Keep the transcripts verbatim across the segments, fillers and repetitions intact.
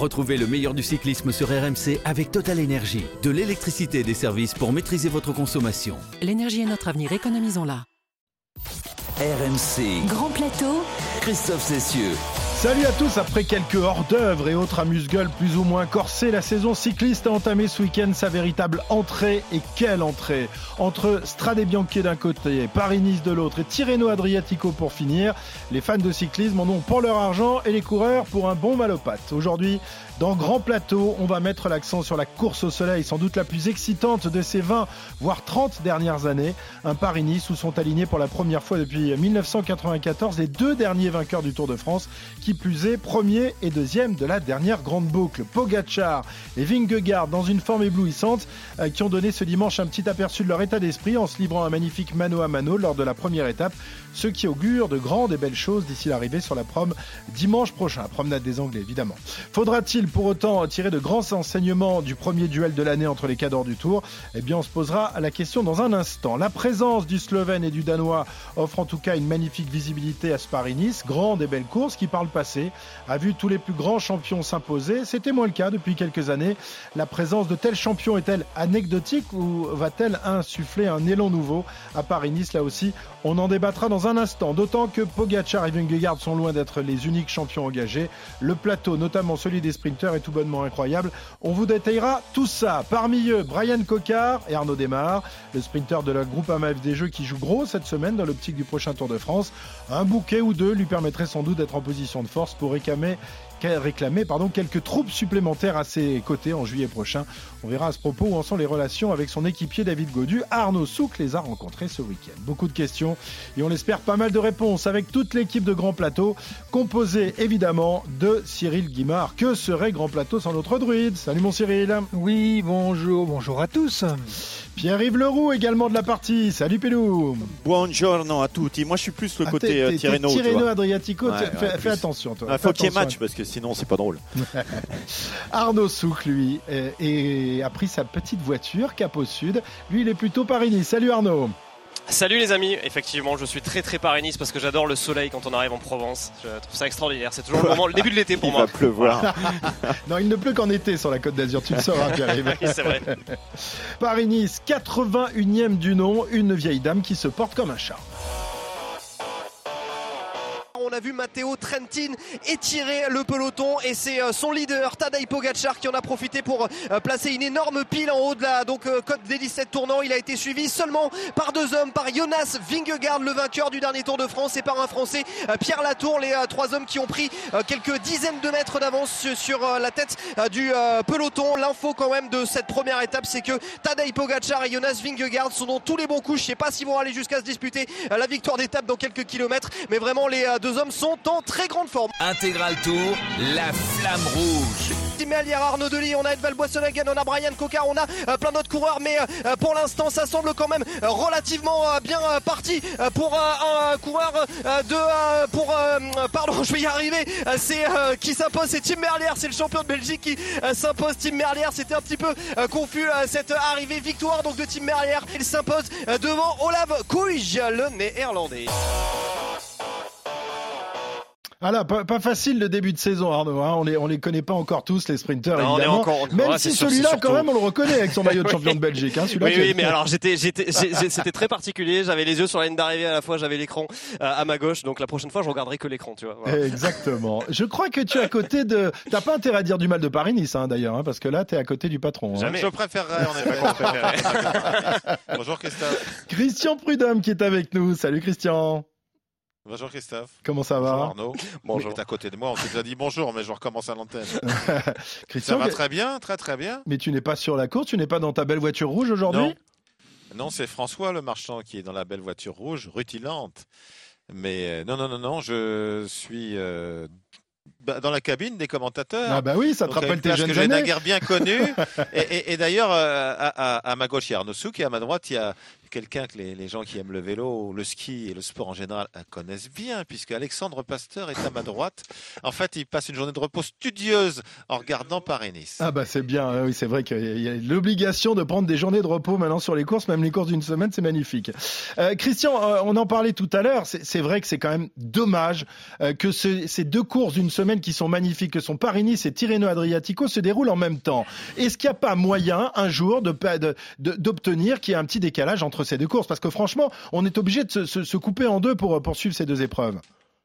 Retrouvez le meilleur du cyclisme sur R M C avec Total Énergie. De l'électricité et des services pour maîtriser votre consommation. L'énergie est notre avenir, économisons-la. R M C. Grand Plateau. Christophe Cessieux. Salut à tous, après quelques hors-d'œuvre et autres amuse-gueules plus ou moins corsés, la saison cycliste a entamé ce week-end sa véritable entrée. Et quelle entrée! Entre Strade Bianche d'un côté, Paris-Nice de l'autre et Tirreno Adriatico pour finir, les fans de cyclisme en ont pour leur argent et les coureurs pour un bon mal aux pattes. Aujourd'hui, dans Grand Plateau, on va mettre l'accent sur la course au soleil, sans doute la plus excitante de ces vingt voire trente dernières années. Un Paris-Nice où sont alignés pour la première fois depuis dix-neuf cent quatre-vingt-quatorze les deux derniers vainqueurs du Tour de France, qui plus est premier et deuxième de la dernière grande boucle. Pogacar et Vingegaard dans une forme éblouissante euh, qui ont donné ce dimanche un petit aperçu de leur état d'esprit en se livrant un magnifique mano à mano lors de la première étape, ce qui augure de grandes et belles choses d'ici l'arrivée sur la prom dimanche prochain. Promenade des Anglais évidemment. Faudra-t-il pour autant tirer de grands enseignements du premier duel de l'année entre les cadors du Tour? Eh bien on se posera la question dans un instant. La présence du Slovène et du Danois offre en tout cas une magnifique visibilité à ce Paris-Nice. Grande et belle course qui par le passé a vu tous les plus grands champions s'imposer. C'était moins le cas depuis quelques années. La présence de tels champions est-elle anecdotique ou va-t-elle insuffler un élan nouveau à Paris-Nice? Là aussi, on en débattra dans un instant. D'autant que Pogacar et Vingegaard sont loin d'être les uniques champions engagés. Le plateau, notamment celui des sprinteurs, est tout bonnement incroyable. On vous détaillera tout ça. Parmi eux, Brian Cocard et Arnaud Démare, le sprinter de la Groupama F D Jeux qui joue gros cette semaine dans l'optique du prochain Tour de France. Un bouquet ou deux lui permettrait sans doute d'être en position de force pour réclamer, réclamer pardon, quelques troupes supplémentaires à ses côtés en juillet prochain. On verra à ce propos où en sont les relations avec son équipier David Gaudu. Arnaud Souk les a rencontrés ce week-end. Beaucoup de questions et on espère pas mal de réponses avec toute l'équipe de Grand Plateau, composée évidemment de Cyril Guimard. Que serait Grand Plateau sans notre druide? Salut mon Cyril. Oui, bonjour, bonjour à tous. Pierre-Yves Leroux également de la partie. Salut Pelou. Buongiorno à tutti. Moi je suis plus le ah, côté t'es, euh, t'es, Tirreno. T'es Tirreno Adriatico, ouais, fais, ouais, fais attention toi. Il faut qu'il y ait match parce que sinon c'est pas drôle. Arnaud Souk lui et, et a pris sa petite voiture cap au sud. Lui il est plutôt Paris-Nice. Salut Arnaud. Salut les amis, effectivement je suis très très Paris-Nice parce que j'adore le soleil quand on arrive en Provence, je trouve ça extraordinaire, c'est toujours le moment, le début de l'été pour il moi. Il va pleuvoir. Non, il ne pleut qu'en été sur la Côte d'Azur, tu le sauras Pierre-Yves. Oui, c'est vrai. Paris-Nice, quatre-vingt-unième du nom, une vieille dame qui se porte comme un chat. On a vu Matteo Trentin étirer le peloton et c'est son leader Tadej Pogacar qui en a profité pour placer une énorme pile en haut de la donc, côte des dix-sept tournants. Il a été suivi seulement par deux hommes, par Jonas Vingegaard, le vainqueur du dernier Tour de France, et par un Français, Pierre Latour, les trois hommes qui ont pris quelques dizaines de mètres d'avance sur la tête du peloton. L'info quand même de cette première étape, c'est que Tadej Pogacar et Jonas Vingegaard sont dans tous les bons coups. Je ne sais pas s'ils vont aller jusqu'à se disputer la victoire d'étape dans quelques kilomètres, mais vraiment les deux hommes sont en très grande forme. Intégral Tour, la flamme rouge. Tim Merlier, Arnaud Delis, on a Edvald Boissonhagen, on a Brian Cocard, on a euh, plein d'autres coureurs, mais euh, pour l'instant ça semble quand même euh, relativement euh, bien euh, parti euh, pour euh, un coureur euh, de euh, pour euh, pardon je vais y arriver euh, c'est euh, qui s'impose, c'est Tim Merlier, c'est le champion de Belgique qui euh, s'impose. Tim Merlier, c'était un petit peu euh, confus euh, cette arrivée, victoire donc de Tim Merlier, il s'impose euh, devant Olav Koij, le néerlandais. Voilà, pas, pas facile le début de saison Arnaud, hein. on les on les connaît pas encore tous les sprinteurs non, évidemment. On est encore, Même ouais, si sûr, celui-là surtout... quand même on le reconnaît avec son maillot de champion de Belgique. Hein, oui oui, mais alors j'étais j'étais j'ai, c'était très particulier. J'avais les yeux sur la ligne d'arrivée à la fois, j'avais l'écran euh, à ma gauche, donc la prochaine fois je regarderai que l'écran, tu vois. Voilà. Exactement. Je crois que tu es à côté de. T'as pas intérêt à dire du mal de Paris-Nice hein, d'ailleurs, hein, parce que là t'es à côté du patron. Hein. Jamais. Je préférerais en effet. Bonjour Christophe. Christian Prudhomme qui est avec nous. Salut Christian. Bonjour Christophe. Comment ça va? Bonjour Arnaud. Bonjour. Tu es à côté de moi, on s'est déjà dit bonjour, mais je recommence à l'antenne. Christian, ça va très bien, très très bien. Mais tu n'es pas sur la course, tu n'es pas dans ta belle voiture rouge aujourd'hui? Non, non c'est François le marchand qui est dans la belle voiture rouge, rutilante. Mais euh, non, non, non, non, je suis euh, dans la cabine des commentateurs. Ah bah oui, ça te donc, rappelle tes jeunes que années. J'ai naguère bien connu. et, et, et d'ailleurs, euh, à, à, à ma gauche, il y a Arnaud Souk et à ma droite, il y a quelqu'un que les, les gens qui aiment le vélo, le ski et le sport en général connaissent bien, puisque Alexandre Pasteur est à ma droite. En fait, il passe une journée de repos studieuse en regardant Paris-Nice. Ah bah c'est bien, oui c'est vrai qu'il y a l'obligation de prendre des journées de repos maintenant sur les courses, même les courses d'une semaine, c'est magnifique. Euh, Christian, euh, on en parlait tout à l'heure, c'est, c'est vrai que c'est quand même dommage euh, que ce, ces deux courses d'une semaine qui sont magnifiques, que sont Paris-Nice et Tirreno-Adriatico, se déroulent en même temps. Est-ce qu'il n'y a pas moyen un jour de, de, de, d'obtenir qu'il y ait un petit décalage entre ces deux courses? Parce que franchement, on est obligé de se, se, se couper en deux pour poursuivre ces deux épreuves.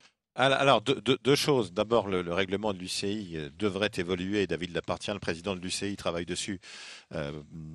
Alors, deux, deux, deux choses. D'abord, le, le règlement de l'U C I devrait évoluer. David Lapartien, le président de l'U C I, travaille dessus euh,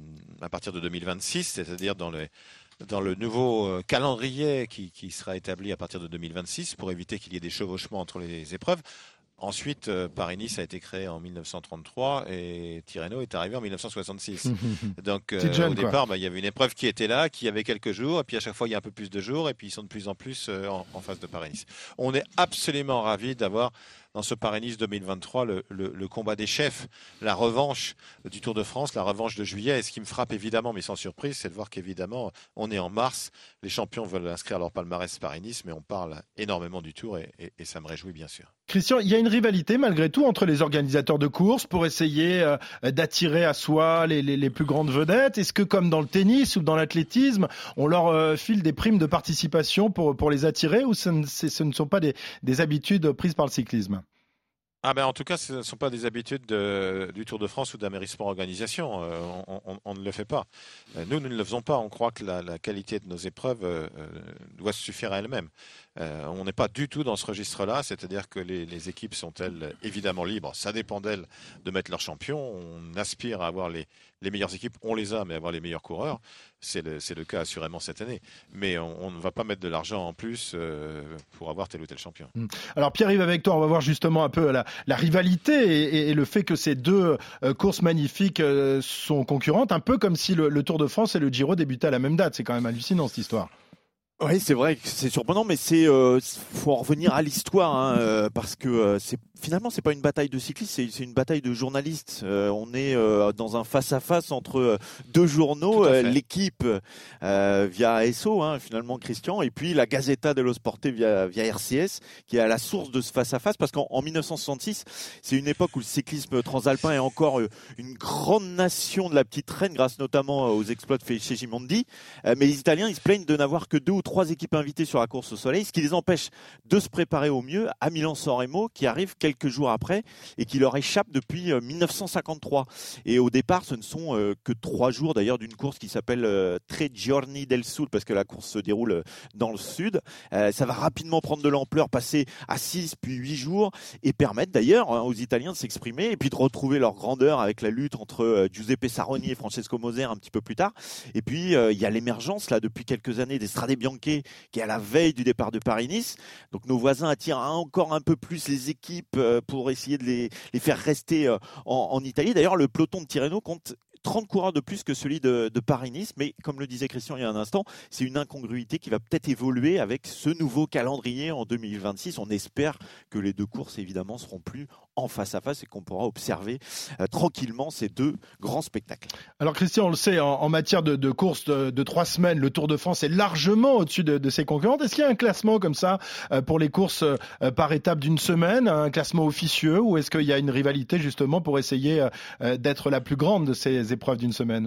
à partir de deux mille vingt-six, c'est-à-dire dans le, dans le nouveau calendrier qui, qui sera établi à partir de deux mille vingt-six pour éviter qu'il y ait des chevauchements entre les épreuves. Ensuite, euh, Paris-Nice a été créé en mille neuf cent trente-trois et Tirreno est arrivé en mille neuf cent soixante-six. Donc, euh, jeune, au départ, bah, il y avait une épreuve qui était là, qui avait quelques jours, et puis à chaque fois, il y a un peu plus de jours, et puis ils sont de plus en plus euh, en, en face de Paris-Nice. On est absolument ravis d'avoir dans ce Paris-Nice deux mille vingt-trois le, le, le combat des chefs, la revanche du Tour de France, la revanche de juillet. Et ce qui me frappe évidemment, mais sans surprise, c'est de voir qu'évidemment, on est en mars, les champions veulent inscrire leur palmarès Paris-Nice, mais on parle énormément du Tour, et, et, et ça me réjouit bien sûr. Christian, il y a une rivalité malgré tout entre les organisateurs de courses pour essayer euh, d'attirer à soi les, les, les plus grandes vedettes. Est-ce que comme dans le tennis ou dans l'athlétisme, on leur euh, file des primes de participation pour, pour les attirer, ou ce ne, ce ne sont pas des, des habitudes prises par le cyclisme? Ah ben en tout cas, ce ne sont pas des habitudes de, du Tour de France ou d'Amérique Sport Organisation. Euh, on, on, on ne le fait pas. Euh, nous, nous ne le faisons pas. On croit que la, la qualité de nos épreuves euh, doit se suffire à elle-même. Euh, on n'est pas du tout dans ce registre-là, c'est-à-dire que les, les équipes sont-elles évidemment libres. Ça dépend d'elles de mettre leurs champions. On aspire à avoir les, les meilleures équipes. On les a, mais avoir les meilleurs coureurs. C'est le, c'est le cas assurément cette année. Mais on, on ne va pas mettre de l'argent en plus euh, pour avoir tel ou tel champion. Alors Pierre-Yves, avec toi, on va voir justement un peu la, la rivalité et, et le fait que ces deux euh, courses magnifiques euh, sont concurrentes, un peu comme si le, le Tour de France et le Giro débutaient à la même date. C'est quand même hallucinant cette histoire. Oui, c'est vrai que c'est surprenant, mais c'est euh, faut en revenir à l'histoire, hein, euh, parce que euh, c'est finalement c'est pas une bataille de cyclistes, c'est, c'est une bataille de journalistes. Euh, on est euh, dans un face à face entre euh, deux journaux, euh, l'équipe euh, via A S O, hein, finalement Christian, et puis la Gazzetta dello Sport via via R C S, qui est à la source de ce face à face, parce qu'en en dix-neuf cent soixante-six, c'est une époque où le cyclisme transalpin est encore euh, une grande nation de la petite reine, grâce notamment aux exploits de Segimondi, euh, mais les Italiens ils se plaignent de n'avoir que deux ou trois trois équipes invitées sur la course au soleil, ce qui les empêche de se préparer au mieux à Milan-San Remo, qui arrive quelques jours après et qui leur échappe depuis euh, mille neuf cent cinquante-trois. Et au départ, ce ne sont euh, que trois jours d'ailleurs d'une course qui s'appelle euh, Tre Giorni del Sud, parce que la course se déroule dans le sud. Euh, ça va rapidement prendre de l'ampleur, passer à six puis huit jours et permettre d'ailleurs hein, aux Italiens de s'exprimer et puis de retrouver leur grandeur avec la lutte entre euh, Giuseppe Saroni et Francesco Moser un petit peu plus tard. Et puis euh, il y a l'émergence là depuis quelques années des Strade Bianche, qui est à la veille du départ de Paris-Nice. Donc nos voisins attirent encore un peu plus les équipes pour essayer de les, les faire rester en, en Italie. D'ailleurs, le peloton de Tirreno compte trente coureurs de plus que celui de, de Paris-Nice, mais comme le disait Christian il y a un instant, c'est une incongruité qui va peut-être évoluer avec ce nouveau calendrier en deux mille vingt-six. On espère que les deux courses évidemment seront plus en face à face et qu'on pourra observer euh, tranquillement ces deux grands spectacles. Alors Christian, on le sait, en, en matière de, de course de, de trois semaines, le Tour de France est largement au-dessus de, de ses concurrentes. Est-ce qu'il y a un classement comme ça euh, pour les courses euh, par étape d'une semaine, un classement officieux, ou est-ce qu'il y a une rivalité justement pour essayer euh, d'être la plus grande de ces épreuves d'une semaine?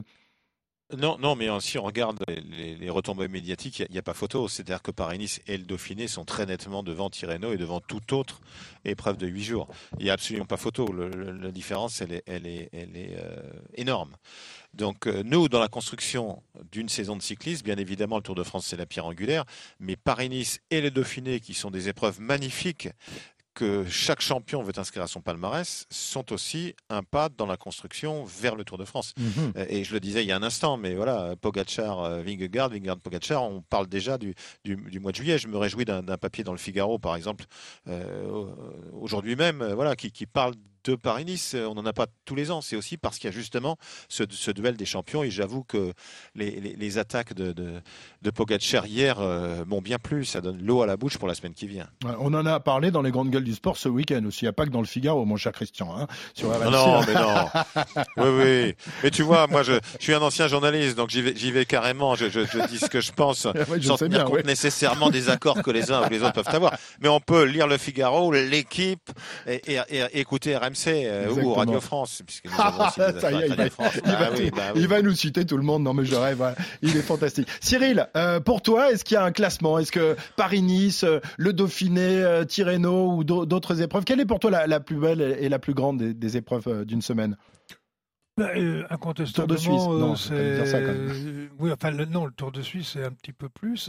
Non, non, mais si on regarde les, les retombées médiatiques, il n'y a, a pas photo. C'est-à-dire que Paris-Nice et le Dauphiné sont très nettement devant Tirreno et devant toute autre épreuve de huit jours. Il n'y a absolument pas photo. Le, le, la différence, elle est, elle est, elle est euh, énorme. Donc euh, nous, dans la construction d'une saison de cyclisme, bien évidemment, le Tour de France, c'est la pierre angulaire, mais Paris-Nice et le Dauphiné, qui sont des épreuves magnifiques, que chaque champion veut inscrire à son palmarès, sont aussi un pas dans la construction vers le Tour de France. Mmh. Et je le disais il y a un instant, mais voilà, Pogacar, Vingegaard, Vingegaard, Pogacar, on parle déjà du, du, du mois de juillet. Je me réjouis d'un, d'un papier dans le Figaro, par exemple, euh, aujourd'hui même, voilà, qui, qui parle de Paris-Nice. On n'en a pas tous les ans. C'est aussi parce qu'il y a justement ce, ce duel des champions. Et j'avoue que les, les, les attaques de, de, de Pogačar hier euh, m'ont bien plu. Ça donne l'eau à la bouche pour la semaine qui vient. Ouais, on en a parlé dans les grandes gueules du sport ce week-end aussi. Il n'y a pas que dans le Figaro, mon cher Christian. Hein, sur R M C. Non, mais non. Oui, oui. Mais tu vois, moi, je, je suis un ancien journaliste, donc j'y vais, j'y vais carrément. Je, je, je dis ce que je pense, ouais, je sans sais tenir bien, compte ouais. nécessairement des accords que les uns ou les autres peuvent avoir. Mais on peut lire le Figaro, l'équipe, et, et, et écouter R M C euh, ou Radio France, puisque nous avons aussi des Ça y est, il va, France. il, Bah va, oui, bah oui. il va nous citer tout le monde. Non, mais je rêve. Ouais. Il est fantastique. Cyril, euh, pour toi, est-ce qu'il y a un classement ? Est-ce que Paris-Nice, euh, le Dauphiné, euh, Tirreno ou d'autres épreuves, quelle est pour toi la, la plus belle et la plus grande des, des épreuves euh, d'une semaine ? Bah, euh, incontestablement, Tour de Suisse. Non, euh, faut pas dire ça, quand même. c'est... Oui, enfin, le, non, le Tour de Suisse, c'est un petit peu plus.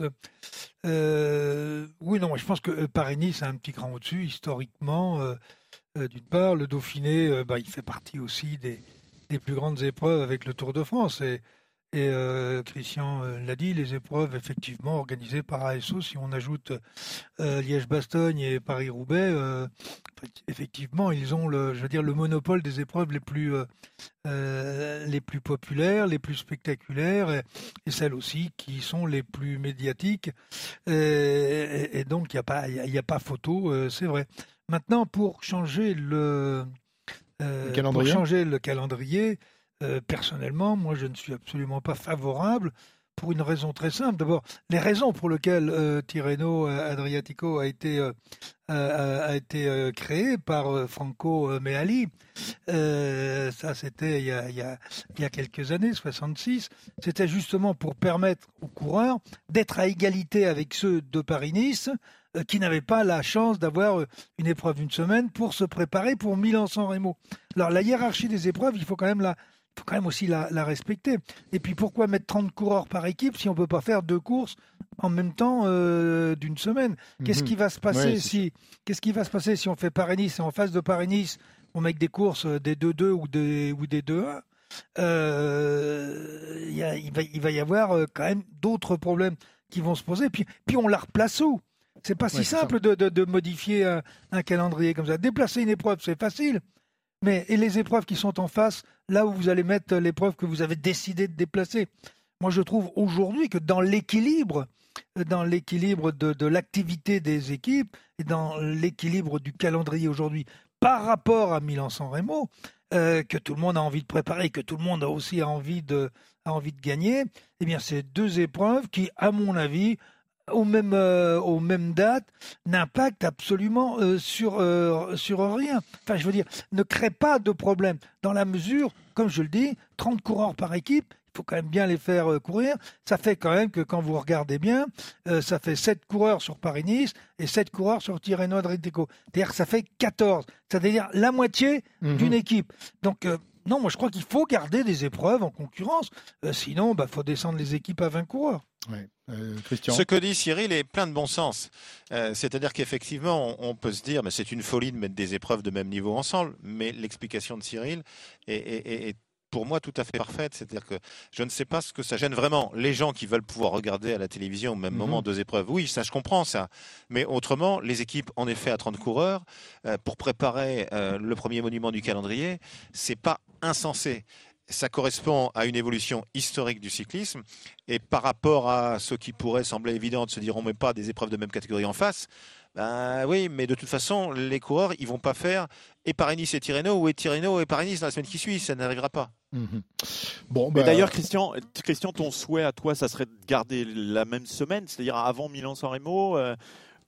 Euh, oui, non, je pense que euh, Paris-Nice est un petit cran au-dessus, historiquement. Euh, euh, d'une part, le Dauphiné, euh, bah, il fait partie aussi des, des plus grandes épreuves avec le Tour de France. Et, et euh, Christian euh, l'a dit, les épreuves, effectivement, organisées par A S O, si on ajoute euh, Liège-Bastogne et Paris-Roubaix, euh, effectivement, ils ont le, je veux dire, le monopole des épreuves les plus, euh, euh, les plus populaires, les plus spectaculaires, et, et celles aussi qui sont les plus médiatiques. Et, et, et donc, il n'y a pas, il y a pas photo, euh, c'est vrai. Maintenant, pour changer le, euh, le calendrier, pour changer le calendrier euh, personnellement, moi, je ne suis absolument pas favorable. Pour une raison très simple. D'abord, les raisons pour lesquelles euh, Tirreno Adriatico a été, euh, a, a été euh, créé par euh, Franco euh, Meali, euh, ça c'était il y, a, il, y a, il y a quelques années, soixante-six, c'était justement pour permettre aux coureurs d'être à égalité avec ceux de Paris-Nice euh, qui n'avaient pas la chance d'avoir euh, une épreuve d'une semaine pour se préparer pour Milan-San Remo. Alors la hiérarchie des épreuves, il faut quand même la... Il faut quand même aussi la, la respecter. Et puis pourquoi mettre trente coureurs par équipe si on ne peut pas faire deux courses en même temps euh, d'une semaine ? Qu'est-ce qui va se passer Ouais, si Qu'est-ce qui va se passer si on fait Paris-Nice et en face de Paris-Nice on met des courses des deux deux ou des ou des deux un euh, y a, il, va, il va y avoir quand même d'autres problèmes qui vont se poser. Puis puis on la replace où ? C'est pas si ouais, c'est simple de, de, de modifier un, un calendrier comme ça. Déplacer une épreuve, c'est facile. Mais et les épreuves qui sont en face, là où vous allez mettre l'épreuve que vous avez décidé de déplacer. Moi, je trouve aujourd'hui que dans l'équilibre, dans l'équilibre de, de l'activité des équipes et dans l'équilibre du calendrier aujourd'hui par rapport à Milan-San Remo, euh, que tout le monde a envie de préparer, que tout le monde a aussi envie de, a envie de gagner, eh bien, c'est deux épreuves qui, à mon avis, aux mêmes, euh, aux mêmes dates, n'impactent absolument euh, sur, euh, sur rien. Enfin, je veux dire, ne crée pas de problème. Dans la mesure, comme je le dis, trente coureurs par équipe, il faut quand même bien les faire euh, courir. Ça fait quand même que quand vous regardez bien, euh, ça fait sept coureurs sur Paris-Nice et sept coureurs sur Tirreno Adriatico. C'est-à-dire que ça fait quatorze. C'est-à-dire la moitié mmh. d'une équipe. Donc, euh, non, moi je crois qu'il faut garder des épreuves en concurrence. Euh, sinon, il bah, faut descendre les équipes à vingt coureurs. Ouais. Euh, Christian. Ce que dit Cyril est plein de bon sens. Euh, c'est-à-dire qu'effectivement, on, on peut se dire, mais c'est une folie de mettre des épreuves de même niveau ensemble. Mais l'explication de Cyril est, est, est, est pour moi tout à fait parfaite. C'est-à-dire que je ne sais pas ce que ça gêne vraiment. Les gens qui veulent pouvoir regarder à la télévision au même mm-hmm. moment deux épreuves, oui, ça je comprends ça. Mais autrement, les équipes, en effet, à trente coureurs, euh, pour préparer euh, le premier monument du calendrier, c'est pas insensé. Ça correspond à une évolution historique du cyclisme. Et par rapport à ce qui pourrait sembler évident de se dire on ne met pas des épreuves de même catégorie en face, ben oui, mais de toute façon, les coureurs, ils ne vont pas faire et Paris-Nice et Tirreno ou et Tirreno et Paris-Nice dans la semaine qui suit. Ça n'arrivera pas. Mmh. Bon, bah... Mais d'ailleurs, Christian, Christian, ton souhait à toi, ça serait de garder la même semaine, c'est-à-dire avant Milan-San Remo euh...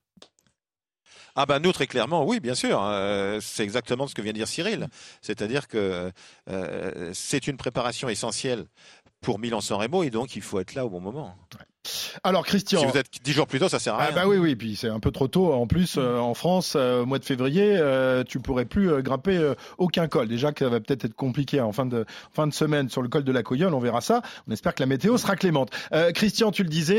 Ah ben nous, très clairement, oui, bien sûr. Euh, c'est exactement ce que vient de dire Cyril. C'est-à-dire que euh, c'est une préparation essentielle pour Milan-San Remo et donc il faut être là au bon moment. Ouais. Alors Christian, si vous êtes dix jours plus tôt, ça sert à rien. Ah bah oui, oui, puis c'est un peu trop tôt. En plus, euh, en France, euh, au mois de février, euh, tu pourrais plus euh, grimper euh, aucun col. Déjà que ça va peut-être être compliqué en fin de fin de semaine sur le col de la Coyole. On verra ça. On espère que la météo sera clémente. Euh, Christian, tu le disais. Euh,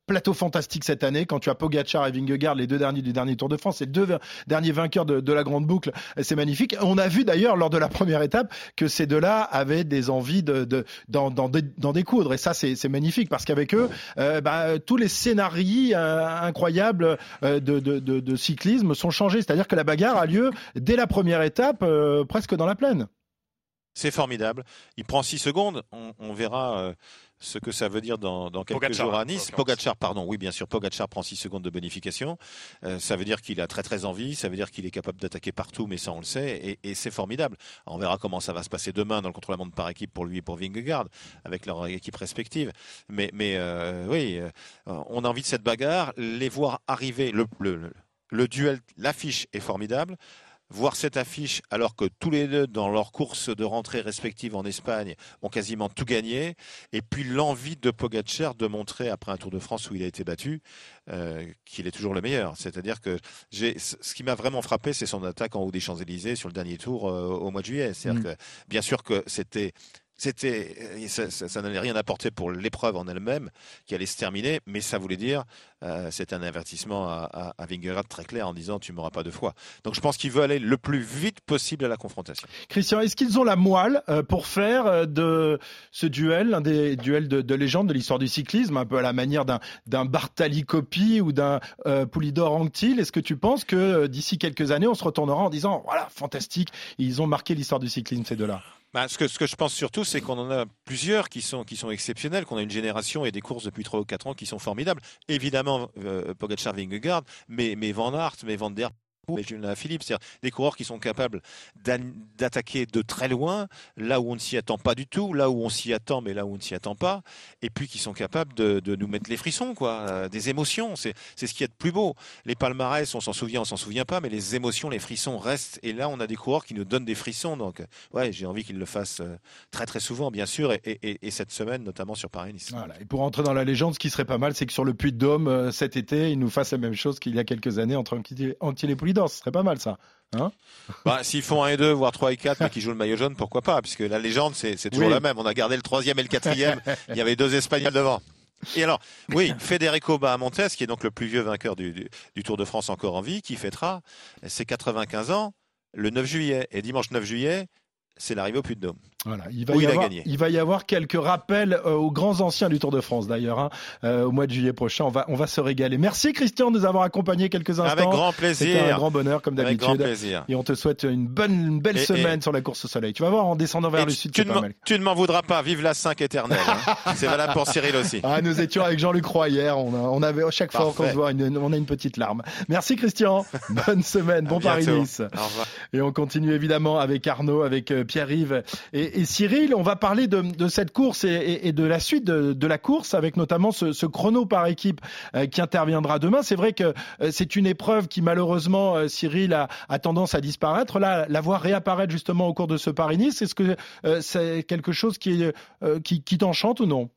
plateau fantastique cette année. Quand tu as Pogačar et Vingegaard, les deux derniers du dernier Tour de France, les deux derniers vainqueurs de, de la grande boucle, c'est magnifique. On a vu d'ailleurs lors de la première étape que ces deux-là avaient des envies de, de, d'en, d'en, d'en découdre. Et ça, c'est, c'est magnifique parce qu'avec eux, euh, bah, tous les scénarios euh, incroyables euh, de, de, de, de cyclisme sont changés. C'est-à-dire que la bagarre a lieu dès la première étape, euh, presque dans la plaine. C'est formidable. Il prend six secondes. On, on verra euh, ce que ça veut dire dans, dans quelques Pogačar, jours à Nice. Pogačar, pardon. Oui, bien sûr. Pogačar prend six secondes de bonification. Euh, ça veut dire qu'il a très très envie. Ça veut dire qu'il est capable d'attaquer partout, mais ça on le sait. Et, et c'est formidable. Alors, on verra comment ça va se passer demain dans le contre-la-montre par équipe pour lui et pour Vingegaard, avec leur équipe respective. Mais, mais euh, oui, euh, on a envie de cette bagarre. Les voir arriver. Le, le, le, le duel, l'affiche est formidable. Voir cette affiche alors que tous les deux, dans leur course de rentrée respective en Espagne, ont quasiment tout gagné. Et puis l'envie de Pogačar de montrer, après un Tour de France où il a été battu, euh, qu'il est toujours le meilleur. C'est-à-dire que j'ai, ce qui m'a vraiment frappé, c'est son attaque en haut des Champs-Élysées sur le dernier Tour euh, au mois de juillet. C'est-à-dire mmh. que, bien sûr que c'était... C'était, ça, ça, ça n'allait rien apporter pour l'épreuve en elle-même, qui allait se terminer, mais ça voulait dire, euh, c'est un avertissement à, à, à Vingegaard très clair en disant tu m'auras pas deux fois. Donc je pense qu'il veut aller le plus vite possible à la confrontation. Christian, est-ce qu'ils ont la moelle euh, pour faire euh, de ce duel, l'un des duels de, de légende de l'histoire du cyclisme, un peu à la manière d'un, d'un Bartali Coppi ou d'un euh, Poulidor Anctil? Est-ce que tu penses que euh, d'ici quelques années, on se retournera en disant voilà, fantastique, ils ont marqué l'histoire du cyclisme ces deux-là? Bah, ce que, ce que je pense surtout, c'est qu'on en a plusieurs qui sont, qui sont exceptionnels, qu'on a une génération et des courses depuis trois ou quatre ans qui sont formidables. Évidemment, euh, Pogačar, Vingegaard, mais, mais Van Aert, mais Van der mais Julien Philippe, c'est-à-dire des coureurs qui sont capables d'attaquer de très loin, là où on ne s'y attend pas du tout, là où on s'y attend, mais là où on ne s'y attend pas, et puis qui sont capables de, de nous mettre les frissons, quoi, euh, des émotions. C'est, c'est ce qu'il y a de plus beau. Les palmarès, on s'en souvient, on s'en souvient pas, mais les émotions, les frissons restent. Et là, on a des coureurs qui nous donnent des frissons. Donc, ouais, j'ai envie qu'ils le fassent euh, très très souvent, bien sûr, et, et, et cette semaine, notamment sur Paris-Nice. Voilà. Et pour entrer dans la légende, ce qui serait pas mal, c'est que sur le Puy-de-Dôme euh, cet été, ils nous fassent la même chose qu'il y a quelques années entre Anquetil et Poulidor. Ce serait pas mal ça. Hein bah, s'ils font un et deux, voire trois et quatre, mais qui jouent le maillot jaune, pourquoi pas? Puisque la légende, c'est, c'est toujours oui. la même. On a gardé le troisième et le quatrième. Il y avait deux Espagnols devant. Et alors, oui, Federico Bahamontes, qui est donc le plus vieux vainqueur du, du, du Tour de France encore en vie, qui fêtera ses quatre-vingt-quinze ans le neuf juillet. Et dimanche neuf juillet, c'est l'arrivée au Puy-de-Dôme. Voilà, il va, y il, avoir, il va y avoir quelques rappels euh, aux grands anciens du Tour de France d'ailleurs, hein, euh, au mois de juillet prochain. On va, on va se régaler. Merci Christian de nous avoir accompagnés quelques instants. Avec grand plaisir. C'était un grand bonheur comme d'habitude. Avec grand plaisir. Et on te souhaite une bonne, une belle et, semaine et... sur la course au soleil. Tu vas voir en descendant vers le sud, c'est pas mal. Tu ne m'en voudras pas. Vive la cinq éternelle. Hein. C'est valable pour Cyril aussi. Ah, nous étions avec Jean-Luc Roy hier. On, a, on avait à chaque fois qu'on se voit, une, on a une petite larme. Merci Christian. Bonne semaine. Bon Paris-Nice. Au revoir. Et on continue évidemment avec Arnaud, avec euh, Pierre-Yves et, et Cyril. On va parler de, de cette course et, et, et de la suite de, de la course avec notamment ce, ce chrono par équipe euh, qui interviendra demain. C'est vrai que euh, c'est une épreuve qui malheureusement, euh, Cyril, a, a tendance à disparaître. Là, la voir réapparaître justement au cours de ce Paris-Nice, est-ce que euh, c'est quelque chose qui, euh, qui, qui t'enchante ou non?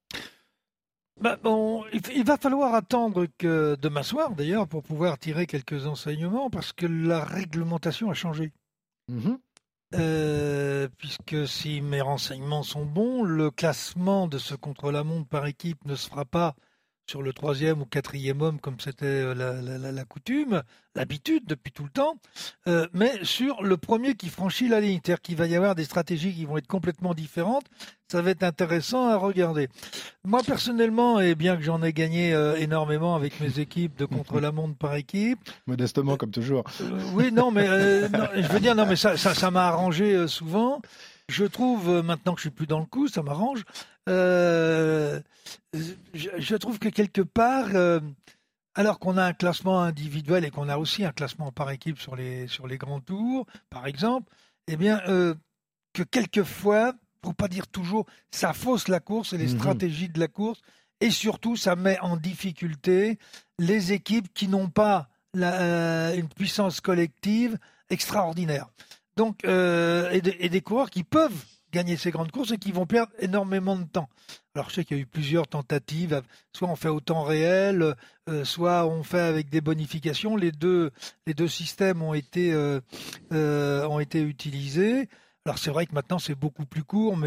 Bah, bon, il va falloir attendre que demain soir d'ailleurs pour pouvoir tirer quelques enseignements parce que la réglementation a changé. Mmh. Euh, puisque si mes renseignements sont bons, le classement de ce contre-la-montre par équipe ne se fera pas sur le troisième ou quatrième homme comme c'était la, la, la, la coutume, l'habitude depuis tout le temps, euh, mais sur le premier qui franchit la ligne. C'est-à-dire qu'il va y avoir des stratégies qui vont être complètement différentes. Ça va être intéressant à regarder. Moi, personnellement, et bien que j'en ai gagné euh, énormément avec mes équipes de contre-la-montre par équipe... Modestement, euh, comme toujours. Euh, oui, non, mais euh, non, je veux dire, non, mais ça, ça, ça m'a arrangé euh, souvent. Je trouve, euh, maintenant que je suis plus dans le coup, ça m'arrange. Euh, je, je trouve que quelque part, euh, alors qu'on a un classement individuel et qu'on a aussi un classement par équipe sur les, sur les grands tours, par exemple, eh bien, euh, que quelquefois, pour pas dire toujours, ça fausse la course et les mmh. stratégies de la course, et surtout, ça met en difficulté les équipes qui n'ont pas la, euh, une puissance collective extraordinaire. Donc, euh, et, de, et des coureurs qui peuvent gagner ces grandes courses et qui vont perdre énormément de temps. Alors, je sais qu'il y a eu plusieurs tentatives, soit on fait au temps réel, euh, soit on fait avec des bonifications. Les deux, les deux systèmes ont été, euh, euh, ont été utilisés. Alors, c'est vrai que maintenant, c'est beaucoup plus court, mais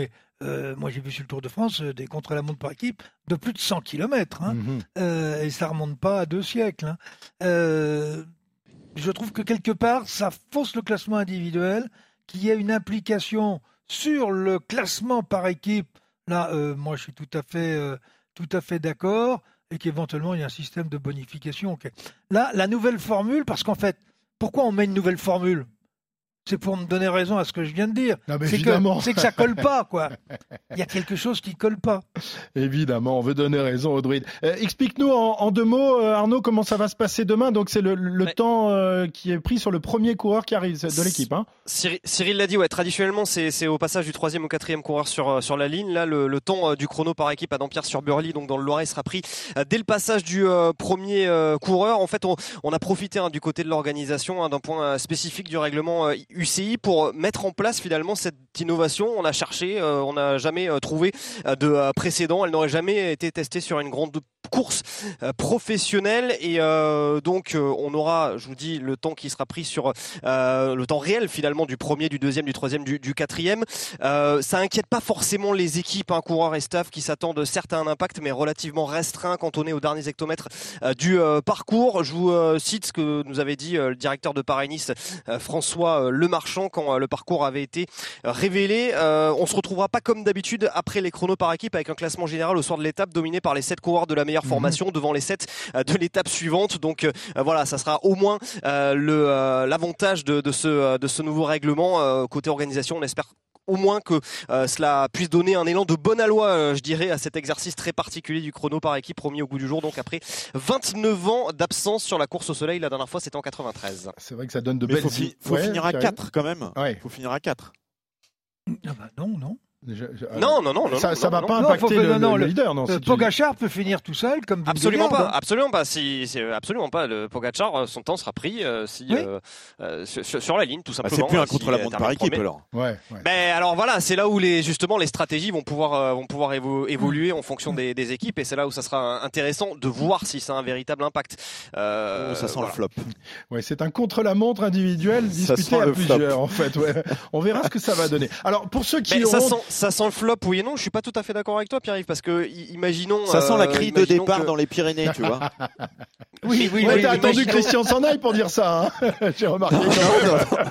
Euh, moi, j'ai vu sur le Tour de France euh, des contre-la-montre par équipe de plus de cent kilomètres. Hein, mmh. euh, et ça remonte pas à deux siècles. Hein. Euh, je trouve que quelque part, ça fausse le classement individuel, qu'il y ait une implication sur le classement par équipe. Là, euh, moi, je suis tout à fait, euh, tout à fait d'accord, et qu'éventuellement, il y a un système de bonification. Okay. Là, la nouvelle formule, parce qu'en fait, pourquoi on met une nouvelle formule ? C'est pour me donner raison à ce que je viens de dire. Non, c'est, que, c'est que ça colle pas, quoi. Il y a quelque chose qui colle pas. Évidemment, on veut donner raison au druide. Euh, explique-nous en, en deux mots, euh, Arnaud, comment ça va se passer demain. Donc c'est le, le ouais. temps euh, qui est pris sur le premier coureur qui arrive de l'équipe. Hein. Cyril, Cyril l'a dit, ouais. Traditionnellement, c'est, c'est au passage du troisième au quatrième coureur sur sur la ligne. Là, le, le temps euh, du chrono par équipe à Dampierre-sur-Burly, donc dans le Loiret, sera pris euh, dès le passage du euh, premier euh, coureur. En fait, on, on a profité hein, du côté de l'organisation hein, d'un point euh, spécifique du règlement euh, U C I pour mettre en place finalement cette innovation. On a cherché, euh, on n'a jamais euh, trouvé euh, de euh, précédent. Elle n'aurait jamais été testée sur une grande course euh, professionnelle et euh, donc euh, on aura, je vous dis, le temps qui sera pris sur euh, le temps réel finalement du premier, du deuxième, du troisième, du, du quatrième. Euh, ça inquiète pas forcément les équipes, hein, coureurs et staff qui s'attendent certes à un impact mais relativement restreint quand on est aux derniers hectomètres euh, du euh, parcours. Je vous euh, cite ce que nous avait dit euh, le directeur de Paris-Nice, euh, François euh, Lemarchand, quand euh, le parcours avait été euh, révélé. Euh, on se retrouvera pas comme d'habitude après les chronos par équipe avec un classement général au soir de l'étape dominé par les sept coureurs de la meilleure formation devant les sept euh, de l'étape suivante. Donc euh, voilà, ça sera au moins euh, le euh, l'avantage de, de ce de ce nouveau règlement euh, côté organisation. On espère au moins que euh, cela puisse donner un élan de bonne aloi, euh, je dirais, à cet exercice très particulier du chrono par équipe remis au goût du jour. Donc après vingt-neuf ans d'absence sur la course au soleil, la dernière fois c'était en quatre-vingt-treize. C'est vrai que ça donne de belles. Il faut, fi- faut ouais, finir à quatre quand même. Il ouais. faut finir à quatre. Ah bah non, non. Je, je, non, non, non, non, ça, non, ça non, va non, pas non, impacter non, le, non, le leader, non. Le Pogacar peut finir tout seul, comme absolument pas, hein. absolument pas. Si, c'est absolument pas. Le Pogacar, son temps sera pris euh, si oui. euh, euh, sur, sur la ligne, tout simplement. Bah, c'est plus un si, contre-la-montre par équipe, alors. Ouais. ouais. Mais alors voilà, c'est là où les justement les stratégies vont pouvoir euh, vont pouvoir évo- évoluer en fonction des, des équipes, et c'est là où ça sera intéressant de voir si ça a un véritable impact. Euh, oh, ça sent voilà. le flop. Ouais, c'est un contre-la-montre individuel disputé à plusieurs, flop. en fait. Ouais. On verra ce que ça va donner. Alors pour ceux qui Mais auront... ça sent ça sent le flop, oui et non. Je suis pas tout à fait d'accord avec toi, Pierre-Yves, parce que imaginons. Ça sent la grille euh, de départ que... dans les Pyrénées, tu vois. oui, oui. Ouais, oui, t'as attendu imaginons... que Christian s'en aille pour dire ça. Hein. J'ai remarqué. Non, non, non.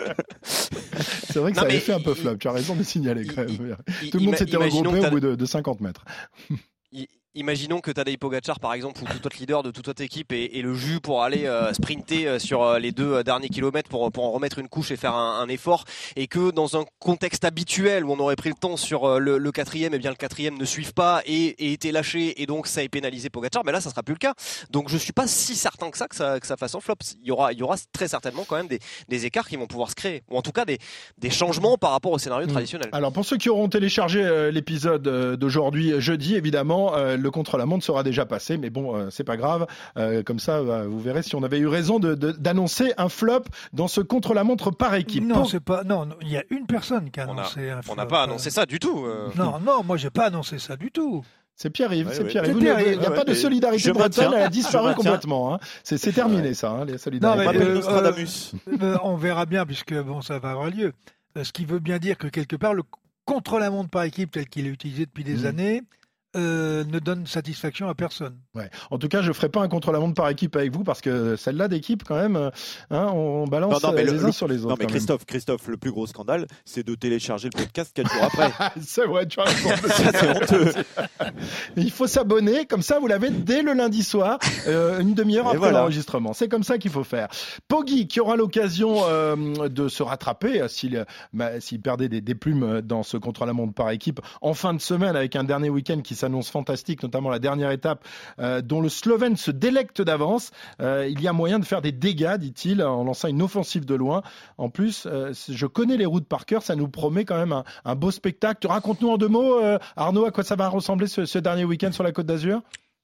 C'est vrai que non, ça avait fait un peu flop. Tu as raison de signaler quand même. Tout le monde s'était regroupé au bout de, de cinquante mètres. Imaginons que Tadej Pogacar, par exemple, ou tout autre leader de toute autre équipe ait, ait le jus pour aller euh, sprinter euh, sur euh, les deux euh, derniers kilomètres pour, pour en remettre une couche et faire un, un effort, et que dans un contexte habituel où on aurait pris le temps sur euh, le, le quatrième, et bien le quatrième ne suive pas et, et été lâché, et donc ça ait pénalisé Pogacar, mais là ça sera plus le cas. Donc je suis pas si certain que ça que ça, que ça fasse un flop. Il y aura, il y aura très certainement quand même des, des écarts qui vont pouvoir se créer, ou en tout cas des, des changements par rapport au scénario mmh. traditionnel. Alors pour ceux qui auront téléchargé euh, l'épisode euh, d'aujourd'hui jeudi, évidemment, euh, le contre-la-montre sera déjà passé, mais bon, euh, c'est pas grave. Euh, comme ça, euh, vous verrez si on avait eu raison de, de, d'annoncer un flop dans ce contre-la-montre par équipe. Non, Pour... c'est pas. Non, il y a une personne qui a annoncé a, un flop. On n'a pas annoncé ça du tout. Euh... Non, non, moi j'ai pas annoncé ça du tout. C'est Pierre-Yves, ouais, c'est ouais. Pierre-Yves. C'est Pierre-Yves. Il n'y a ouais, pas de solidarité bretonne, elle a disparu complètement. Hein. C'est, c'est terminé ouais. ça, hein, les solidarités. Non, mais euh, Nostradamus. Euh, on verra bien, puisque bon, ça va avoir lieu. Ce qui veut bien dire que quelque part, le contre-la-montre par équipe tel qu'il est utilisé depuis des mmh. années, Euh, ne donne satisfaction à personne. Ouais. En tout cas, je ne ferai pas un contre-la-montre par équipe avec vous, parce que celle-là d'équipe, quand même, hein, on balance non, non, les le, uns le, sur les autres. Non, mais Christophe, Christophe, le plus gros scandale, c'est de télécharger le podcast quatre jours après. C'est vrai, tu vois. Ça, c'est honteux. Il faut s'abonner, comme ça, vous l'avez dès le lundi soir, euh, une demi-heure et après voilà. l'enregistrement. C'est comme ça qu'il faut faire. Poggi, qui aura l'occasion euh, de se rattraper, s'il, bah, s'il perdait des, des plumes dans ce contre-la-montre par équipe, en fin de semaine, avec un dernier week-end qui s'annonce fantastique, notamment la dernière étape euh, dont le Slovène se délecte d'avance. Euh, il y a moyen de faire des dégâts, dit-il, en lançant une offensive de loin. En plus, euh, je connais les routes par cœur, ça nous promet quand même un, un beau spectacle. Raconte-nous en deux mots, euh, Arnaud, à quoi ça va ressembler ce, ce dernier week-end sur la Côte d'Azur ?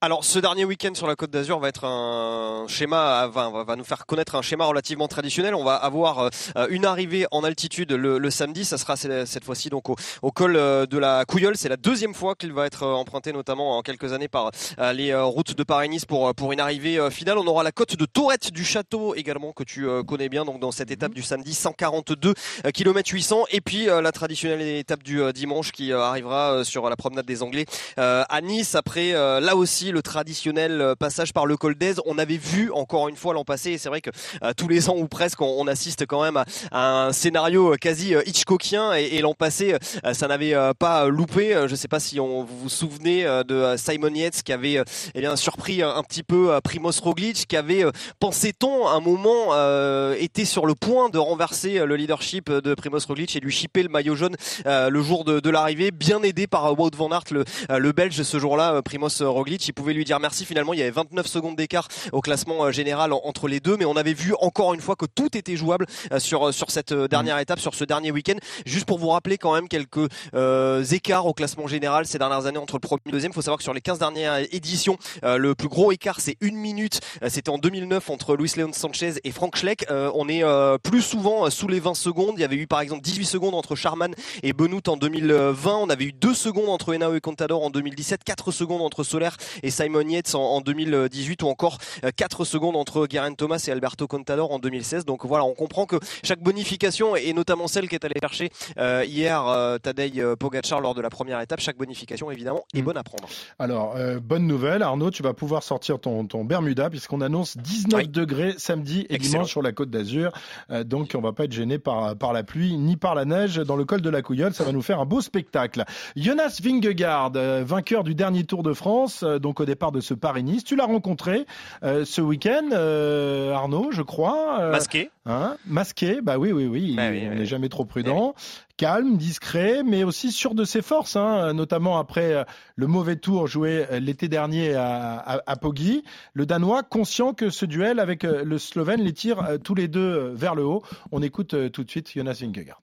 Alors, ce dernier week-end sur la Côte d'Azur va être un schéma, va, va nous faire connaître un schéma relativement traditionnel. On va avoir euh, une arrivée en altitude le, le samedi. Ça sera cette fois-ci donc au, au col de la Couilleule. C'est la deuxième fois qu'il va être emprunté, notamment en quelques années, par euh, les euh, routes de Paris-Nice pour pour une arrivée euh, finale. On aura la côte de Tourette du Château également, que tu euh, connais bien. Donc dans cette étape du samedi, cent quarante-deux kilomètres huit cents. Et puis euh, la traditionnelle étape du euh, dimanche qui euh, arrivera euh, sur la promenade des Anglais euh, à Nice. Après, euh, là aussi, le traditionnel passage par le col d'Aise. On avait vu encore une fois l'an passé, et c'est vrai que euh, tous les ans ou presque, on, on assiste quand même à, à un scénario quasi euh, Hitchcockien, et, et l'an passé, euh, ça n'avait euh, pas loupé. Je ne sais pas si on, vous vous souvenez euh, de euh, Simon Yates qui avait euh, eh bien, surpris un, un petit peu euh, Primoz Roglic, qui avait, euh, pensait-on, un moment euh, été sur le point de renverser euh, le leadership de Primoz Roglic et lui chipper le maillot jaune euh, le jour de, de l'arrivée, bien aidé par euh, Wout van Aert, le, euh, le Belge ce jour-là. euh, Primoz Roglic, il pouvait lui dire merci. Finalement, il y avait vingt-neuf secondes d'écart au classement général entre les deux, mais on avait vu encore une fois que tout était jouable sur sur cette dernière étape, sur ce dernier week-end. Juste pour vous rappeler quand même quelques euh, écarts au classement général ces dernières années entre le premier et le deuxième. Il faut savoir que sur les quinze dernières éditions, euh, le plus gros écart c'est une minute. C'était en deux mille neuf entre Luis Leon Sanchez et Frank Schleck. Euh, on est euh, plus souvent sous les vingt secondes. Il y avait eu par exemple dix-huit secondes entre Charman et Benoît en deux mille vingt. On avait eu deux secondes entre Henao et Contador en deux mille dix-sept, quatre secondes entre Soler et Simon Yates en, en deux mille dix-huit, ou encore quatre secondes entre Geraint Thomas et Alberto Contador en deux mille seize. Donc voilà, on comprend que chaque bonification, et notamment celle qu'est allé chercher euh, hier euh, Tadej Pogacar lors de la première étape, chaque bonification évidemment est bonne à prendre. Alors, euh, bonne nouvelle Arnaud, tu vas pouvoir sortir ton, ton Bermuda, puisqu'on annonce dix-neuf oui. degrés samedi et Excellent. dimanche sur la Côte d'Azur. Euh, donc on va pas être gêné par, par la pluie ni par la neige dans le col de la Couilleule. Ça va nous faire un beau spectacle. Jonas Vingegaard, euh, vainqueur du dernier Tour de France, euh, donc au départ de ce Paris-Nice. Tu l'as rencontré euh, ce week-end, euh, Arnaud, je crois. Euh, masqué. Hein, masqué, bah oui, oui, oui. Bah oui on n'est oui. jamais trop prudent. Oui. Calme, discret, mais aussi sûr de ses forces, hein, notamment après le mauvais tour joué l'été dernier à, à, à Poggi. Le Danois, conscient que ce duel avec le Slovène les tire tous les deux vers le haut. On écoute tout de suite Jonas Vingegaard.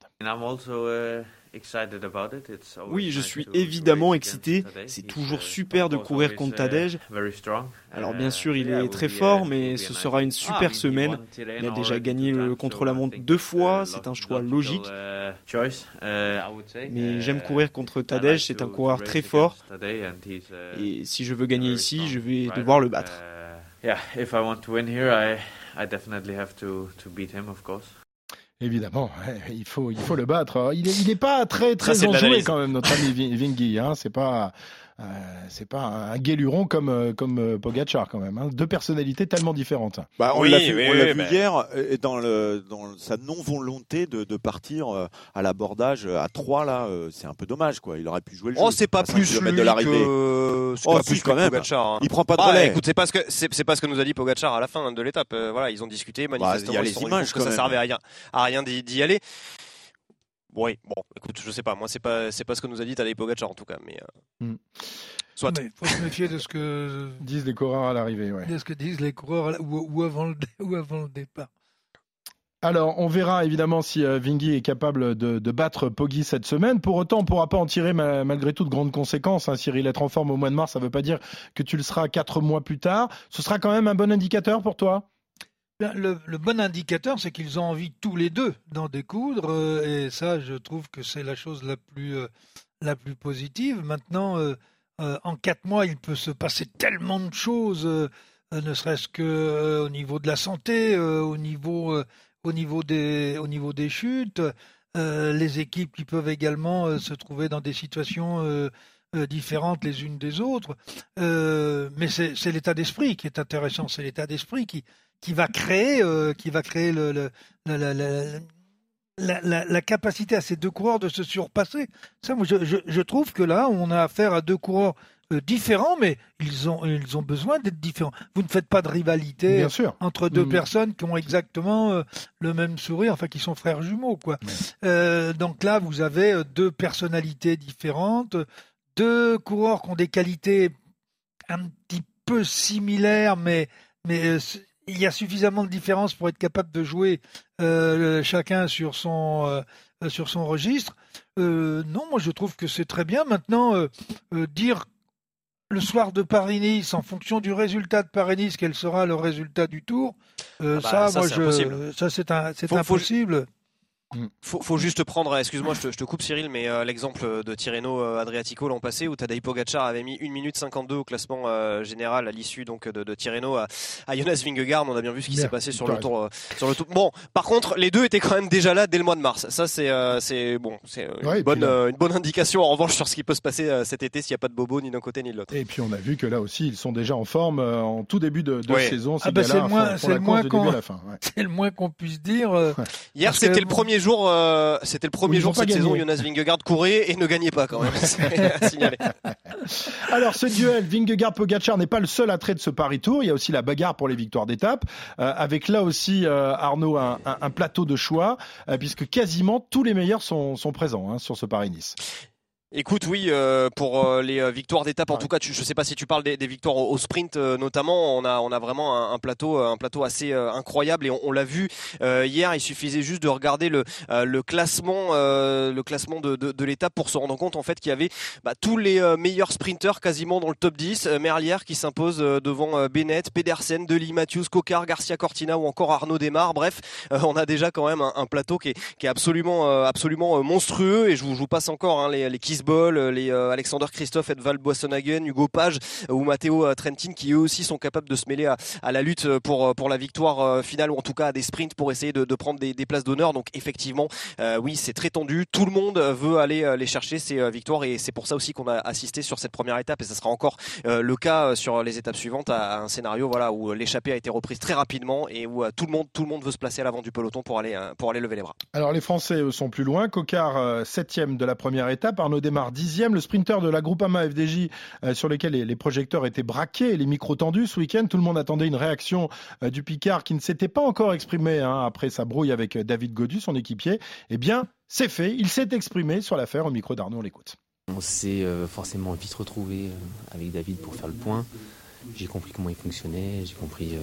Oui, je suis évidemment excité. C'est toujours super de courir contre Tadej. Alors bien sûr, il est très fort, mais ce sera une super semaine. Il a déjà gagné le contre-la-montre deux fois, c'est un choix logique. Mais j'aime courir contre Tadej, c'est un coureur très fort. Et si je veux gagner ici, je vais devoir le battre. Évidemment, il faut, il faut le battre. Il n'est il est pas très, très Ça, enjoué quand même, notre ami Vingy. Hein. C'est pas, euh, c'est pas un guéluron comme, comme Pogacar quand même. Hein. Deux personnalités tellement différentes. Bah, on oui, l'a vu, oui, on l'a oui, vu mais... hier dans, le, dans sa non-volonté de, de partir à l'abordage à trois là. C'est un peu dommage, quoi. Il aurait pu jouer le jeu. Oh, c'est pas plus lui de l'arrivée. que... Oh, plus quand même. Pogacar, hein. Il prend pas de bah, relais. Écoute, c'est pas ce que c'est, c'est pas ce que nous a dit Pogacar à la fin de l'étape. Euh, voilà, ils ont discuté. Manifestement, bah, y a ils les sont images que quand ça même. servait à rien, à rien d'y, d'y aller. Oui, bon, écoute, je sais pas. Moi, c'est pas, c'est pas ce que nous a dit Tadej Pogacar en tout cas, mais. Euh... Mm. Soit. Il faut se méfier de ce que disent les coureurs à l'arrivée, ouais. De ce que disent les coureurs ou, ou, avant, le, ou avant le départ. Alors, on verra évidemment si euh, Vingy est capable de, de battre Poggi cette semaine. Pour autant, on ne pourra pas en tirer ma, malgré tout de grandes conséquences. Hein. Cyril, être en forme au mois de mars, ça ne veut pas dire que tu le seras quatre mois plus tard. Ce sera quand même un bon indicateur pour toi ? Le, le bon indicateur, c'est qu'ils ont envie tous les deux d'en découdre. Euh, et ça, je trouve que c'est la chose la plus, euh, la plus positive. Maintenant, euh, euh, en quatre mois, il peut se passer tellement de choses, euh, ne serait-ce qu'au euh, niveau de la santé, euh, au niveau... Euh, Au niveau des, au niveau des chutes, euh, les équipes qui peuvent également euh, se trouver dans des situations euh, euh, différentes les unes des autres. Euh, mais c'est, c'est l'état d'esprit qui est intéressant. C'est l'état d'esprit qui, qui va créer, euh, qui va créer le, le, la, la, la, la, la, la capacité à ces deux coureurs de se surpasser. Ça, moi, je, je, je trouve que là, on a affaire à deux coureurs différents, mais ils ont, ils ont besoin d'être différents. Vous ne faites pas de rivalité Bien sûr. entre deux mmh. personnes qui ont exactement euh, le même sourire, enfin qui sont frères jumeaux, quoi. Mmh. Euh, donc là, vous avez deux personnalités différentes, deux coureurs qui ont des qualités un petit peu similaires, mais, mais euh, il y a suffisamment de différences pour être capable de jouer euh, chacun sur son, euh, sur son registre. Euh, non, moi je trouve que c'est très bien. Maintenant, euh, euh, dire le soir de Paris-Nice, en fonction du résultat de Paris-Nice, quel sera le résultat du Tour, euh, ah bah, ça, ça, moi, c'est je, impossible. Ça, c'est, un, c'est faut, impossible. Faut... Faut, faut juste prendre, excuse-moi, je te, je te coupe Cyril, mais euh, l'exemple de Tirreno euh, Adriatico l'an passé où Tadej Pogačar avait mis une minute cinquante-deux au classement euh, général à l'issue donc de, de Tirreno à, à Jonas Vingegaard. On a bien vu ce qui yeah, s'est passé sur le tour, euh, sur le tour. Bon, par contre, les deux étaient quand même déjà là dès le mois de mars. Ça, c'est, euh, c'est bon, c'est une, ouais, bonne, euh, une bonne indication en revanche sur ce qui peut se passer euh, cet été s'il n'y a pas de bobo ni d'un côté ni de l'autre. Et puis on a vu que là aussi, ils sont déjà en forme euh, en tout début de, de ouais. saison. Ah bah c'est le moins, c'est le moins qu'on, ouais. c'est le moins qu'on puisse dire. Euh, Hier, c'était le premier jour. Euh, C'était le premier jour de cette gagné. saison, Jonas Vingegaard courait et ne gagnait pas quand même, c'est à signaler. Alors ce duel Vingegaard-Pogačar n'est pas le seul attrait de ce Paris Tour, il y a aussi la bagarre pour les victoires d'étape, euh, avec là aussi euh, Arnaud un, un, un plateau de choix, euh, puisque quasiment tous les meilleurs sont, sont présents hein, sur ce Paris-Nice. Écoute, oui, euh, pour euh, les victoires d'étape, en ouais. tout cas, tu, je sais pas si tu parles des, des victoires au, au sprint euh, notamment. On a, on a vraiment un, un plateau, un plateau assez euh, incroyable et on, on l'a vu euh, hier. Il suffisait juste de regarder le, euh, le classement, euh, le classement de, de, de l'étape pour se rendre compte en fait qu'il y avait bah, tous les euh, meilleurs sprinteurs quasiment dans le top dix. Euh, Merlier qui s'impose euh, devant euh, Bennett, Pedersen, Deli, Matthews, Coquard, Garcia Cortina ou encore Arnaud Démare. Bref, euh, on a déjà quand même un, un plateau qui est, qui est absolument, euh, absolument euh, monstrueux. Et je vous, je vous passe encore hein, les, les Kiss les euh, Alexander Christophe, Edvald Boasson-Hagen, Hugo Page euh, ou Matteo euh, Trentin qui eux aussi sont capables de se mêler à, à la lutte pour, pour la victoire euh, finale ou en tout cas à des sprints pour essayer de, de prendre des, des places d'honneur. Donc effectivement, euh, oui, c'est très tendu. Tout le monde veut aller euh, les chercher ces euh, victoires et c'est pour ça aussi qu'on a assisté sur cette première étape et ça sera encore euh, le cas euh, sur les étapes suivantes à, à un scénario voilà où l'échappée a été reprise très rapidement et où euh, tout le monde tout le monde veut se placer à l'avant du peloton pour aller euh, pour aller lever les bras. Alors les Français eux, sont plus loin. Coquard euh, septième de la première étape, Arnaud Démare dixième. Le sprinter de la Groupama F D J euh, sur lequel les, les projecteurs étaient braqués et les micros tendus ce week-end. Tout le monde attendait une réaction euh, du Picard qui ne s'était pas encore exprimé hein, après sa brouille avec euh, David Gaudu, son équipier. Eh bien, c'est fait. Il s'est exprimé sur l'affaire au micro d'Arnaud. On l'écoute. On s'est euh, forcément vite retrouvé euh, avec David pour faire le point. J'ai compris comment il fonctionnait. J'ai compris...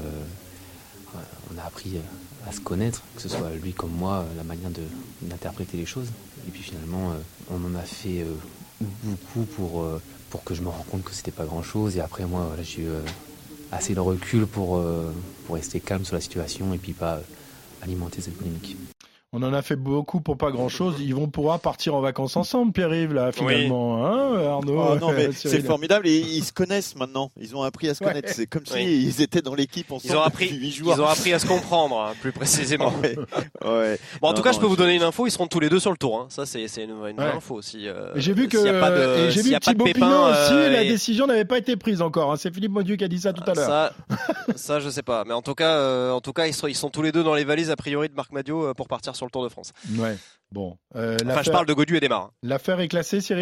Euh, euh, on a appris euh, à se connaître, que ce soit lui comme moi, euh, la manière de, d'interpréter les choses. Et puis finalement, euh, on en a fait... Euh, beaucoup pour, euh, pour que je me rende compte que c'était pas grand chose et après moi voilà, j'ai eu euh, assez de recul pour, euh, pour rester calme sur la situation et puis pas euh, alimenter cette polémique. On en a fait beaucoup pour pas grand-chose. Ils vont pouvoir partir en vacances ensemble, Pierre-Yves, là, finalement. Oui. Hein, Arnaud oh, non, mais c'est formidable. Et ils se connaissent maintenant. Ils ont appris à se connaître. Ouais. C'est comme oui. s'ils étaient dans l'équipe ensemble. Ils ont appris, huit jours. Ils ont appris à se comprendre, hein, plus précisément. Ouais. Ouais. Bon, en non, tout cas, non, je peux je... vous donner une info. Ils seront tous les deux sur le tour. Hein. Ça, c'est, c'est une, une vraie ouais. info aussi. Euh, j'ai vu que, y a pas de, et j'ai vu que Thibaut Pinot aussi, euh, la et... décision n'avait pas été prise encore. Hein. C'est Philippe Maudieu qui a dit ça tout à l'heure. Ça, ça, je sais pas. Mais en tout cas, euh, en tout cas, ils sont, ils sont tous les deux dans les valises, a priori, de Marc Madiot pour partir sur le Tour de France. Ouais, bon. Euh, enfin, je parle de Gaudu et Démare. L'affaire est classée, Cyril ?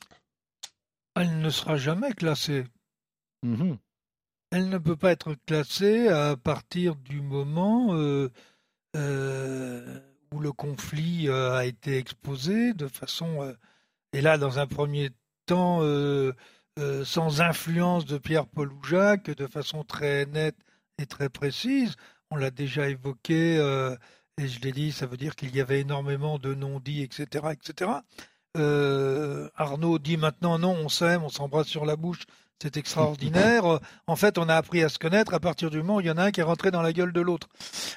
Elle ne sera jamais classée. Mmh. Elle ne peut pas être classée à partir du moment euh, euh, où le conflit euh, a été exposé de façon... Euh, et là, dans un premier temps, euh, euh, sans influence de Pierre-Paul Oujac, de façon très nette et très précise. On l'a déjà évoqué... Euh, Et je l'ai dit, ça veut dire qu'il y avait énormément de non-dits, et cetera, et cetera. Euh, Arnaud dit maintenant non, on s'aime, on s'embrasse sur la bouche, c'est extraordinaire. En fait, on a appris à se connaître à partir du moment où il y en a un qui est rentré dans la gueule de l'autre.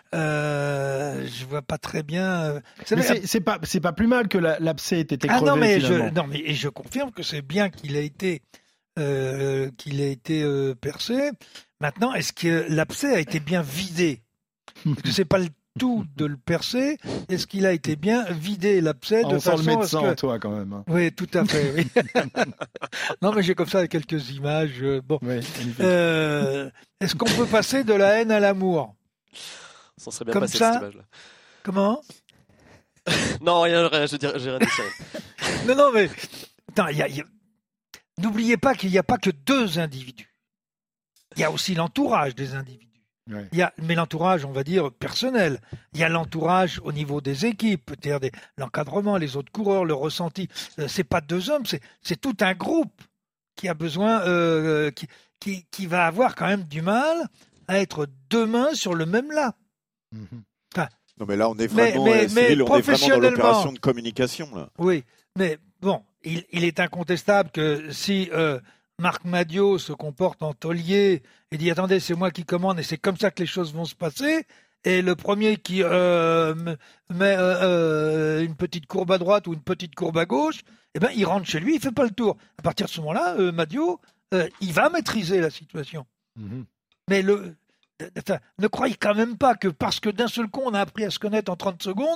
Euh, je vois pas très bien. C'est, mais c'est, c'est pas, c'est pas plus mal que la, l'abcès ait été crevé. Ah non, mais finalement. je, non, mais et je confirme que c'est bien qu'il ait été, euh, qu'il ait été euh, percé. Maintenant, est-ce que l'abcès a été bien vidé ? Parce que c'est pas le tout de le percer. Est-ce qu'il a été bien vidé l'abcès de on façon sent le médecin à ce que... en toi quand même. Hein. Oui, tout à fait. Oui. Non, mais j'ai comme ça quelques images. Bon, oui, euh, est-ce qu'on peut passer de la haine à l'amour ? Ça serait bien comme passé ça cette image-là. Comment ? Non, rien, rien. Je dirais, j'ai rien dit. Non, non, mais attends, y a, y a... n'oubliez pas qu'il n'y a pas que deux individus. Il y a aussi l'entourage des individus. Ouais. Il y a, mais l'entourage, on va dire, personnel. Il y a l'entourage au niveau des équipes, c'est-à-dire des, l'encadrement, les autres coureurs, le ressenti. Euh, c'est pas deux hommes, c'est, c'est tout un groupe qui a besoin, euh, qui, qui, qui va avoir quand même du mal à être deux mains sur le même là. Mm-hmm. Enfin, non, mais là, on est vraiment, mais, mais, Cyril, mais on est vraiment dans l'opération de communication. Là. Oui, mais bon, il, il est incontestable que si... Euh, Marc Madiot se comporte en taulier et dit attendez, c'est moi qui commande et c'est comme ça que les choses vont se passer. Et le premier qui euh, met euh, euh, une petite courbe à droite ou une petite courbe à gauche, eh ben, il rentre chez lui, il fait pas le tour. À partir de ce moment-là, euh, Madiot, euh, il va maîtriser la situation. Mmh. Mais le, enfin, ne croyez quand même pas que parce que d'un seul coup, on a appris à se connaître en trente secondes,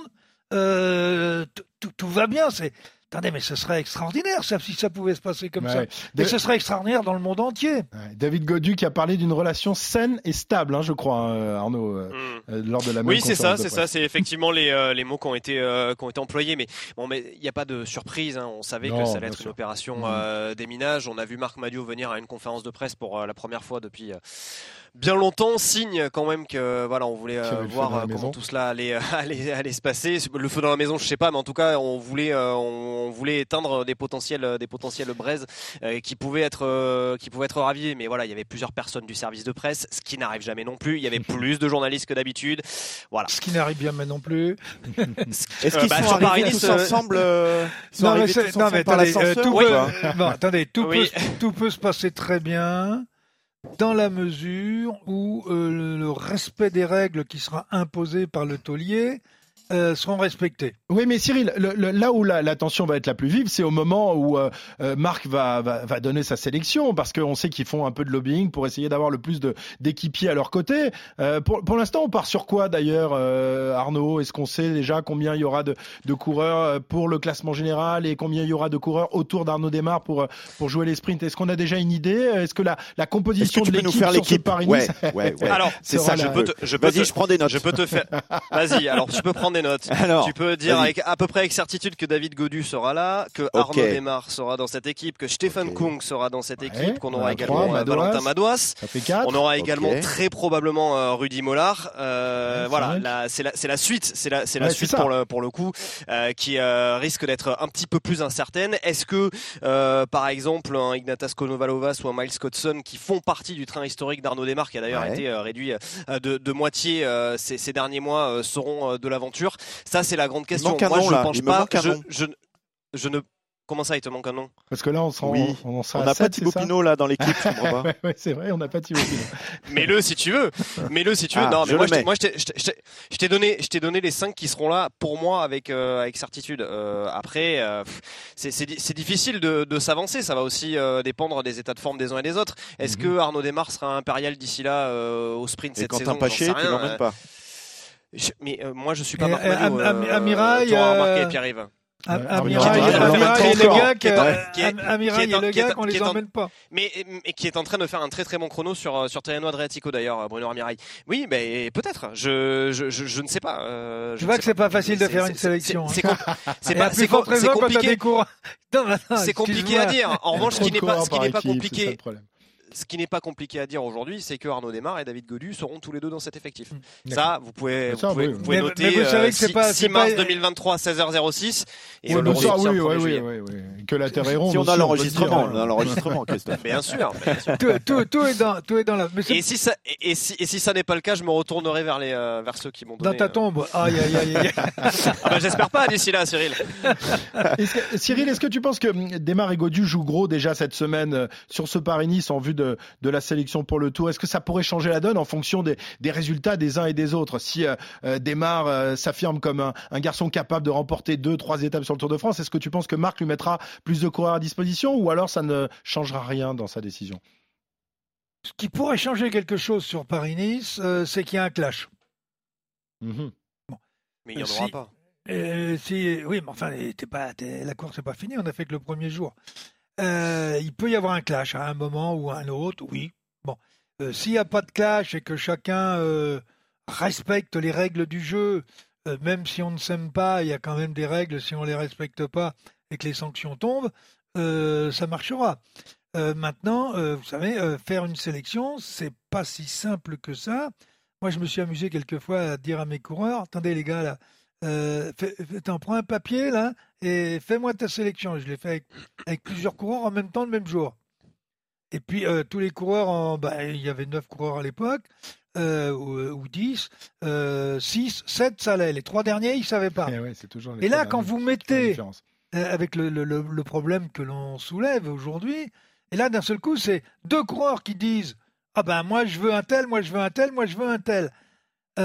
euh, tout va bien. C'est... Attendez, mais ce serait extraordinaire ça, si ça pouvait se passer comme ouais. ça. Mais de... ce serait extraordinaire dans le monde entier. Ouais. David Gaudu qui a parlé d'une relation saine et stable, hein, je crois, hein, Arnaud, euh, mm. euh, lors de la même Oui, c'est ça, c'est presse. ça, c'est effectivement les, euh, les mots qui ont été, euh, qui ont été employés. Mais bon, mais il n'y a pas de surprise. Hein. On savait non, que ça allait être sûr. une opération euh, déminage. On a vu Marc Madiot venir à une conférence de presse pour euh, la première fois depuis. Euh, bien longtemps, signe quand même que voilà, on voulait euh, voir euh, comment maison. tout cela allait, euh, allait, allait se passer. Le feu dans la maison, je sais pas, mais en tout cas, on voulait, euh, on voulait éteindre des potentiels, des potentiels braises euh, qui pouvaient être, euh, qui pouvaient être ravivés. Mais voilà, il y avait plusieurs personnes du service de presse, ce qui n'arrive jamais non plus. Il y avait plus de journalistes que d'habitude. Voilà. Ce qui n'arrive jamais non plus. Est-ce qu'ils euh, bah, sont arrivés tous ensemble euh, Non, mais, tous non, mais attendez, euh, tout oui. peut, bon, attendez, tout, oui. peut, tout peut se passer très bien. Dans la mesure où euh, le, le respect des règles qui sera imposé par le taulier euh, seront respectés. Oui, mais Cyril, le, le, là où la, la tension va être la plus vive, c'est au moment où euh, Marc va, va, va donner sa sélection, parce qu'on sait qu'ils font un peu de lobbying pour essayer d'avoir le plus de, d'équipiers à leur côté. Euh, pour, pour l'instant, on part sur quoi d'ailleurs, euh, Arnaud ? Est-ce qu'on sait déjà combien il y aura de, de coureurs pour le classement général et combien il y aura de coureurs autour d'Arnaud Démare pour, pour jouer les sprints ? Est-ce qu'on a déjà une idée ? Est-ce que la, la composition Est-ce que tu de peux l'équipe nous faire sur l'équipe ce Paris-Nice ouais, ouais, ouais. Alors, c'est ça, je peux te, je peux Vas-y, te, je prends des notes. Je peux te faire. Vas-y, alors tu peux prendre des notes. Alors, tu peux dire avec, à peu près avec certitude que David Gaudu sera là, que okay. Arnaud Démare sera dans cette équipe, que Stéphane okay. Kung sera dans cette équipe, ouais, qu'on aura également trois, Madouas, Valentin Madouas. Ça fait quatre. On aura okay. également très probablement euh, Rudy Mollard. Euh, ouais, voilà, la, c'est la c'est la suite, c'est la c'est la ouais, suite c'est pour le pour le coup euh, qui euh, risque d'être un petit peu plus incertaine. Est-ce que euh, par exemple un Ignatius Konovalovas ou un Miles Scotson qui font partie du train historique d'Arnaud Démare qui a d'ailleurs ouais. été euh, réduit euh, de, de moitié euh, ces, ces derniers mois euh, seront euh, de l'aventure. Ça c'est la grande question. Moi, nom, je ne pense pas. Je, je, je ne. Comment ça, il te manque un nom ? Parce que là, on s'en, oui. on, on n'a pas Thibaut Pinot là dans l'équipe, je comprends pas. ouais, ouais, c'est vrai, on n'a pas Thibaut Pinot. Mets-le si tu veux. Mets-le si tu veux. Ah, non, mais moi, je moi, je t'ai, je t'ai, je t'ai donné, je t'ai donné les cinq qui seront là pour moi avec euh, avec certitude. Euh, après, euh, c'est, c'est, c'est difficile de, de s'avancer. Ça va aussi euh, dépendre des états de forme des uns et des autres. Est-ce mm-hmm. que Arnaud Démare sera impérial d'ici là euh, au sprint et cette Quentin saison ? Paché, tu l'emmènes pas. Je, mais euh, moi, je suis pas Marc Madiot. Euh, Amirail, tu auras remarqué Pierre-Yves. Amirail et le gars qui Amirail et le gars qu'on les emmène pas. Mais qui est en train de faire un très très bon chrono sur sur Tirreno Adriatico d'ailleurs, Bruno Amirail. Oui, mais peut-être. Je je je, je ne sais pas. Euh, je vois que c'est pas facile de faire une sélection. C'est c'est pas c'est compliqué. C'est compliqué à dire. En revanche, ce qui n'est pas ce qui n'est pas compliqué. Ce qui n'est pas compliqué à dire aujourd'hui, c'est que Arnaud Démare et David Gaudu seront tous les deux dans cet effectif. Mmh. Ça, vous pouvez, vous pouvez, vous pouvez mais, noter mais vous savez que c'est pas, six mars deux mille vingt-trois, seize heures zéro six. Et oui, ça, oui, oui, oui, oui, oui. Que la Terre est ronde. Si on a l'enregistrement, on a l'enregistrement, Christophe. Bien sûr. Bien sûr. Tout, tout, tout est dans, tout est dans la. Mais et si ça, et si, et si ça n'est pas le cas, je me retournerai vers les, euh, vers ceux qui m'ont donné. Dans ta tombe. Aïe, aïe, aïe, aïe. Ah bah, j'espère pas d'ici là, Cyril. Est-ce que, Cyril, est-ce que tu penses que Démare et Gaudu jouent gros déjà cette semaine sur ce Paris-Nice en vue de, de la sélection pour le Tour? Est-ce que ça pourrait changer la donne en fonction des, des résultats des uns et des autres? Si euh, euh, Démare euh, s'affirme comme un, un garçon capable de remporter deux, trois étapes sur le Tour de France, est-ce que tu penses que Marc lui mettra plus de coureurs à disposition ou alors ça ne changera rien dans sa décision? Ce qui pourrait changer quelque chose sur Paris-Nice, euh, c'est qu'il y a un clash. Mmh. Bon. Mais il n'y en si, aura pas. Euh, si, oui, mais enfin, t'es pas, t'es, la course n'est pas finie, on a fait que le premier jour. Euh, il peut y avoir un clash à un moment ou à un autre, oui. Bon, euh, s'il n'y a pas de clash et que chacun euh, respecte les règles du jeu, euh, même si on ne s'aime pas, il y a quand même des règles, si on ne les respecte pas et que les sanctions tombent, euh, ça marchera. Euh, maintenant, euh, vous savez, euh, faire une sélection, c'est pas si simple que ça. Moi, je me suis amusé quelquefois à dire à mes coureurs, attendez les gars, là, euh, fais, t'en prends un papier là et fais-moi ta sélection. Je l'ai fait avec, avec plusieurs coureurs en même temps le même jour. Et puis, euh, tous les coureurs, en, bah, il y avait neuf coureurs à l'époque, euh, ou, ou dix, euh, six, sept, ça allait. Les trois derniers, ils ne savaient pas. Et, ouais, c'est toujours et là, quand vous mettez, euh, avec le, le, le problème que l'on soulève aujourd'hui, Et là, d'un seul coup, c'est deux coureurs qui disent « Ah ben, moi, je veux un tel, moi, je veux un tel, moi, je veux un tel. Euh, »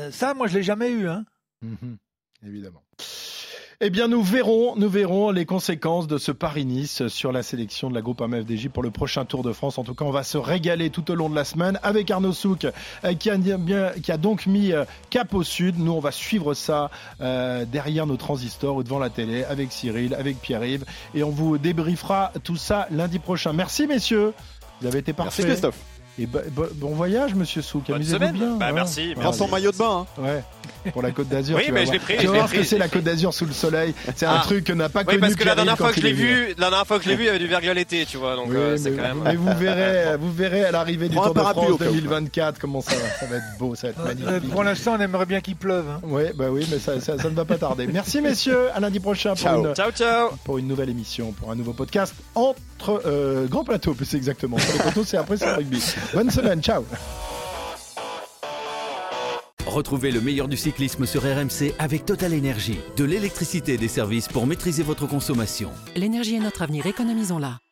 Ça, moi, je ne l'ai jamais eu. Hein. Mmh, évidemment. Eh bien, nous verrons, nous verrons les conséquences de ce Paris-Nice sur la sélection de la Groupama F D J pour le prochain Tour de France. En tout cas, on va se régaler tout au long de la semaine avec Arnaud Souk qui a, bien, qui a donc mis cap au sud. Nous, on va suivre ça euh, derrière nos transistors ou devant la télé avec Cyril, avec Pierre-Yves. Et on vous débriefera tout ça lundi prochain. Merci, messieurs. Vous avez été parfaits. Merci, Christophe. Et bo- bo- bon voyage, monsieur Souk. Bonne Amusez-vous semaine. bien. Bah, hein. merci. Prends ton maillot de bain. Hein. Ouais. Pour la Côte d'Azur. Oui, tu mais vas je l'ai voir. pris. Tu je vas l'ai voir ce que pris. c'est la Côte d'Azur sous le soleil. C'est un Ah. truc que n'a pas Oui, connu parce que la Pierre-Yves dernière fois quand que je l'ai il est venu. vu, la dernière fois que je l'ai vu, il y avait du verglas l'été, tu vois. Donc Oui, euh, mais, c'est quand même. mais vous verrez, vous verrez à l'arrivée du Prends un Tour de parapluie France au cas où. deux mille vingt-quatre comment ça va. Ça va être beau, ça va être Euh, magnifique. pour l'instant, on aimerait bien qu'il pleuve. Hein. Oui, bah oui, mais ça, ça, ça ne va pas tarder. Merci messieurs, à lundi prochain pour, Ciao. une, Ciao, ciao. pour une nouvelle émission, pour un nouveau podcast entre euh, Grand Plateau, plus exactement. Sur les plateaux, c'est après c'est le rugby. Bonne semaine, ciao. Retrouvez le meilleur du cyclisme sur R M C avec Total Énergie. De l'électricité et des services pour maîtriser votre consommation. L'énergie est notre avenir, économisons-la.